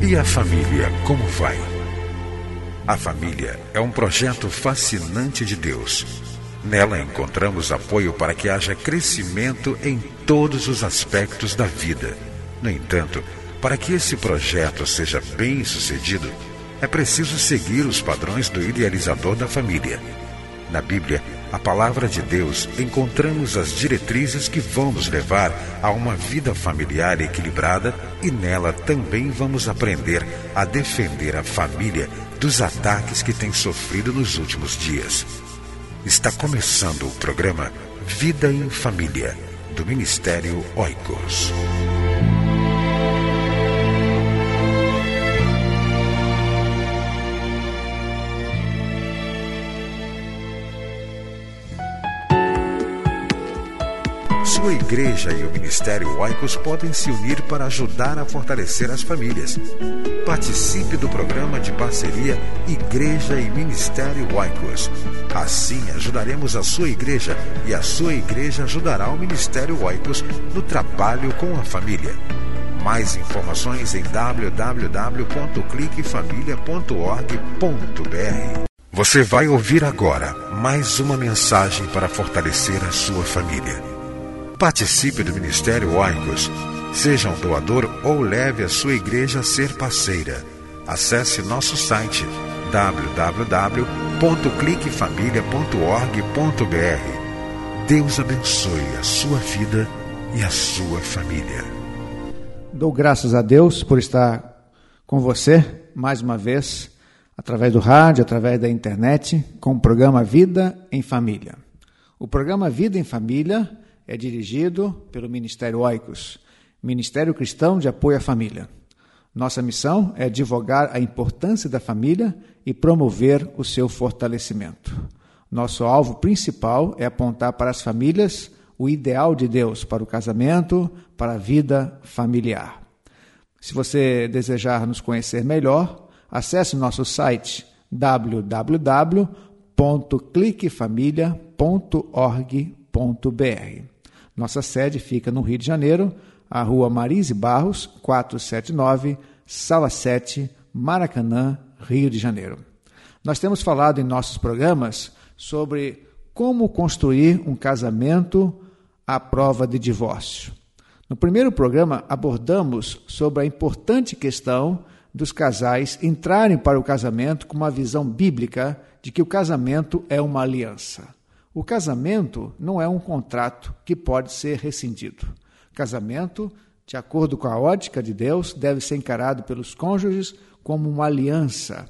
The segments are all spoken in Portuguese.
E a família, como vai? A família é um projeto fascinante de Deus. Nela encontramos apoio para que haja crescimento em todos os aspectos da vida. No entanto, para que esse projeto seja bem-sucedido, é preciso seguir os padrões do idealizador da família. Na Bíblia, a palavra de Deus, encontramos as diretrizes que vão nos levar a uma vida familiar equilibrada e nela também vamos aprender a defender a família dos ataques que tem sofrido nos últimos dias. Está começando o programa Vida em Família, do Ministério Oikos. Sua igreja e o Ministério Oikos podem se unir para ajudar a fortalecer as famílias. Participe do programa de parceria Igreja e Ministério Oikos. Assim ajudaremos a sua igreja e a sua igreja ajudará o Ministério Oikos no trabalho com a família. Mais informações em www.cliquefamilia.org.br. Você vai ouvir agora mais uma mensagem para fortalecer a sua família. Participe do Ministério Oikos. Seja um doador ou leve a sua igreja a ser parceira. Acesse nosso site www.cliquefamilia.org.br. Deus abençoe a sua vida e a sua família. Dou graças a Deus por estar com você mais uma vez, através do rádio, através da internet, com o programa Vida em Família. O programa Vida em Família é dirigido pelo Ministério Oikos, Ministério Cristão de Apoio à Família. Nossa missão é advogar a importância da família e promover o seu fortalecimento. Nosso alvo principal é apontar para as famílias o ideal de Deus para o casamento, para a vida familiar. Se você desejar nos conhecer melhor, acesse nosso site www.cliquefamilia.org.br. Nossa sede fica no Rio de Janeiro, a Rua Marise Barros, 479, Sala 7, Maracanã, Rio de Janeiro. Nós temos falado em nossos programas sobre como construir um casamento à prova de divórcio. No primeiro programa, abordamos sobre a importante questão dos casais entrarem para o casamento com uma visão bíblica de que o casamento é uma aliança. O casamento não é um contrato que pode ser rescindido. O casamento, de acordo com a ótica de Deus, deve ser encarado pelos cônjuges como uma aliança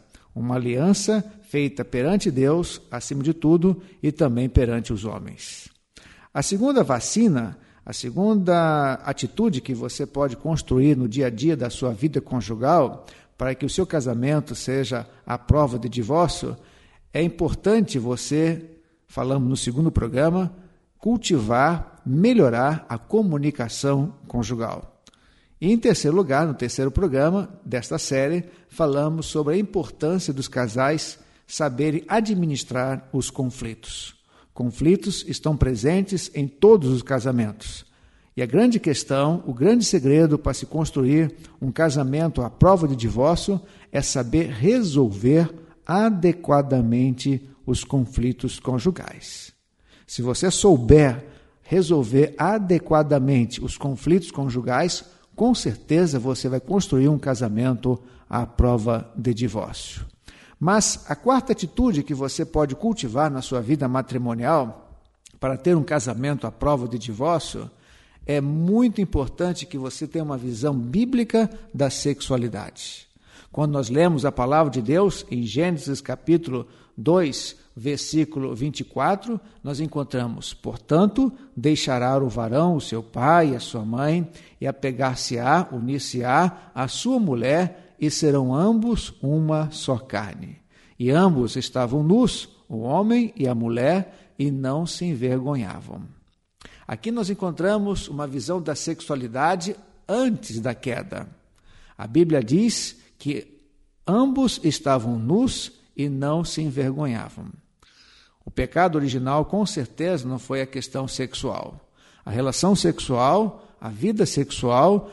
feita perante Deus, acima de tudo, e também perante os homens. A segunda vacina, a segunda atitude que você pode construir no dia a dia da sua vida conjugal, para que o seu casamento seja a prova de divórcio, é importante você, falamos no segundo programa, cultivar, melhorar a comunicação conjugal. E em terceiro lugar, no terceiro programa desta série, falamos sobre a importância dos casais saberem administrar os conflitos. Conflitos estão presentes em todos os casamentos. E a grande questão, o grande segredo para se construir um casamento à prova de divórcio é saber resolver adequadamente os conflitos conjugais. Se você souber resolver adequadamente os conflitos conjugais, com certeza você vai construir um casamento à prova de divórcio. Mas a quarta atitude que você pode cultivar na sua vida matrimonial para ter um casamento à prova de divórcio, é muito importante que você tenha uma visão bíblica da sexualidade. Quando nós lemos a palavra de Deus, em Gênesis capítulo 2, versículo 24, nós encontramos: portanto, deixará o varão o seu pai e a sua mãe, e apegar-se-á, unir-se-á a sua mulher, e serão ambos uma só carne. E ambos estavam nus, o homem e a mulher, e não se envergonhavam. Aqui nós encontramos uma visão da sexualidade antes da queda. A Bíblia diz que ambos estavam nus e não se envergonhavam. O pecado original, com certeza, não foi a questão sexual. A relação sexual, a vida sexual,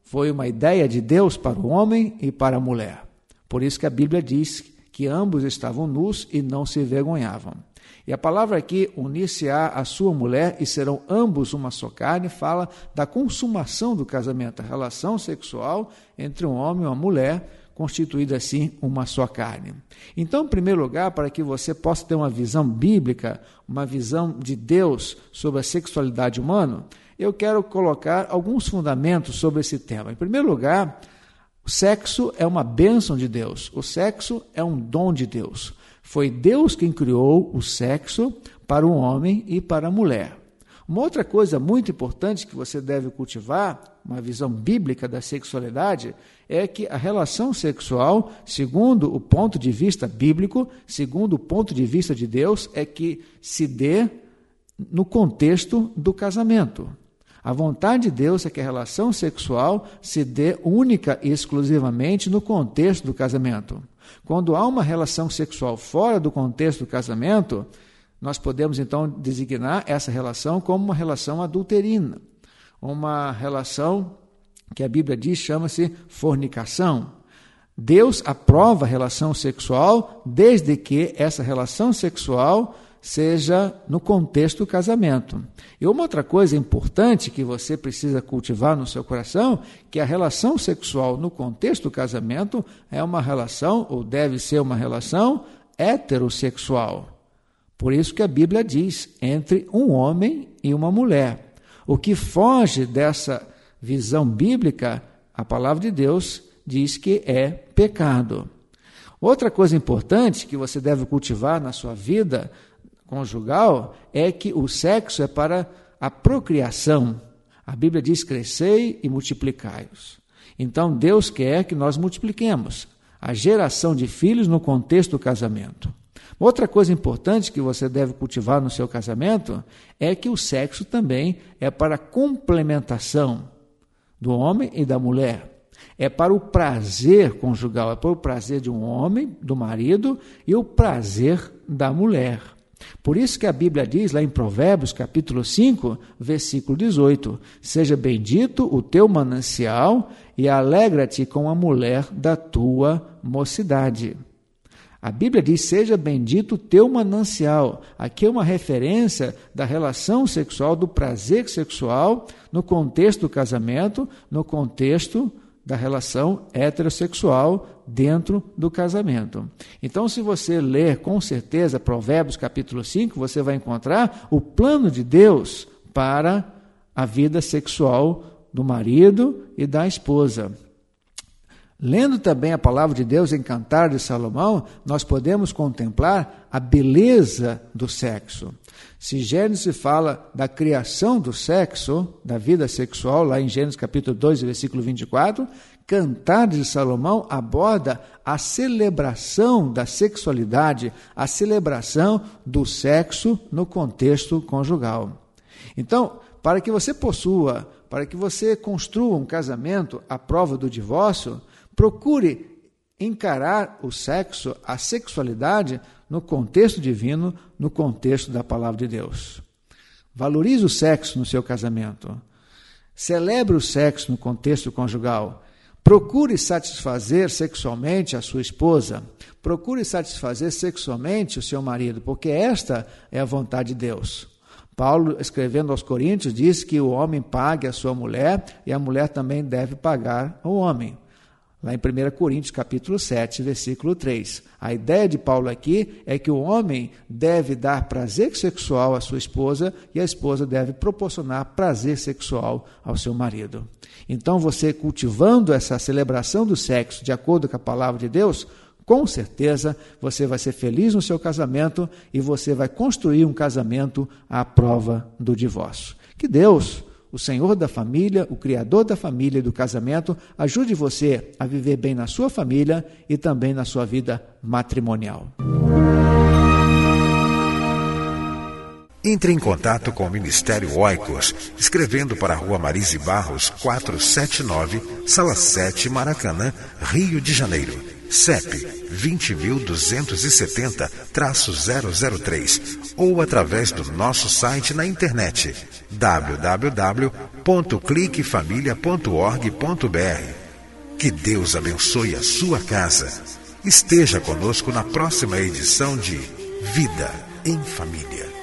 Foi uma ideia de Deus para o homem e para a mulher. Por isso que a Bíblia diz que ambos estavam nus e não se envergonhavam. E a palavra aqui, unir-se-á a sua mulher e serão ambos uma só carne, fala da consumação do casamento, a relação sexual entre um homem e uma mulher, constituída assim uma só carne. Então, em primeiro lugar, para que você possa ter uma visão bíblica, uma visão de Deus sobre a sexualidade humana, eu quero colocar alguns fundamentos sobre esse tema. Em primeiro lugar, o sexo é uma bênção de Deus, o sexo é um dom de Deus. Foi Deus quem criou o sexo para o homem e para a mulher. Uma outra coisa muito importante que você deve cultivar, uma visão bíblica da sexualidade, é que a relação sexual, segundo o ponto de vista bíblico, segundo o ponto de vista de Deus, é que se dê no contexto do casamento. A vontade de Deus é que a relação sexual se dê única e exclusivamente no contexto do casamento. Quando há uma relação sexual fora do contexto do casamento, nós podemos então designar essa relação como uma relação adulterina, uma relação que a Bíblia diz chama-se fornicação. Deus aprova a relação sexual desde que essa relação sexual seja no contexto do casamento. E uma outra coisa importante que você precisa cultivar no seu coração, que a relação sexual no contexto do casamento é uma relação, ou deve ser uma relação, heterossexual. Por isso que a Bíblia diz, entre um homem e uma mulher. O que foge dessa visão bíblica, a palavra de Deus diz que é pecado. Outra coisa importante que você deve cultivar na sua vida conjugal é que o sexo é para a procriação. A Bíblia diz, crescei e multiplicai-os. Então, Deus quer que nós multipliquemos a geração de filhos no contexto do casamento. Outra coisa importante que você deve cultivar no seu casamento é que o sexo também é para a complementação do homem e da mulher. É para o prazer conjugal, é para o prazer de um homem, do marido, e o prazer da mulher. Por isso que a Bíblia diz lá em Provérbios, capítulo 5, versículo 18, seja bendito o teu manancial e alegra-te com a mulher da tua mocidade. A Bíblia diz, seja bendito o teu manancial. Aqui é uma referência da relação sexual, do prazer sexual, no contexto do casamento, no contexto da relação heterossexual dentro do casamento. Então, se você ler com certeza Provérbios capítulo 5, você vai encontrar o plano de Deus para a vida sexual do marido e da esposa. Lendo também a palavra de Deus em Cantar de Salomão, nós podemos contemplar a beleza do sexo. Se Gênesis fala da criação do sexo, da vida sexual, lá em Gênesis capítulo 2, versículo 24, Cantar de Salomão aborda a celebração da sexualidade, a celebração do sexo no contexto conjugal. Então, para que você construa um casamento à prova do divórcio, procure encarar o sexo, a sexualidade, no contexto divino, no contexto da palavra de Deus. Valorize o sexo no seu casamento. Celebre o sexo no contexto conjugal. Procure satisfazer sexualmente a sua esposa. Procure satisfazer sexualmente o seu marido, porque esta é a vontade de Deus. Paulo, escrevendo aos Coríntios, diz que o homem pague a sua mulher e a mulher também deve pagar ao homem. Lá em 1 Coríntios, capítulo 7, versículo 3. A ideia de Paulo aqui é que o homem deve dar prazer sexual à sua esposa e a esposa deve proporcionar prazer sexual ao seu marido. Então, você cultivando essa celebração do sexo de acordo com a palavra de Deus, com certeza você vai ser feliz no seu casamento e você vai construir um casamento à prova do divórcio. Que Deus, o Senhor da família, o Criador da família e do casamento, ajude você a viver bem na sua família e também na sua vida matrimonial. Entre em contato com o Ministério Oikos, escrevendo para a Rua Marise Barros, 479, Sala 7, Maracanã, Rio de Janeiro. CEP 20.270-003 ou através do nosso site na internet www.cliquefamilia.org.br. Que Deus abençoe a sua casa. Esteja conosco na próxima edição de Vida em Família.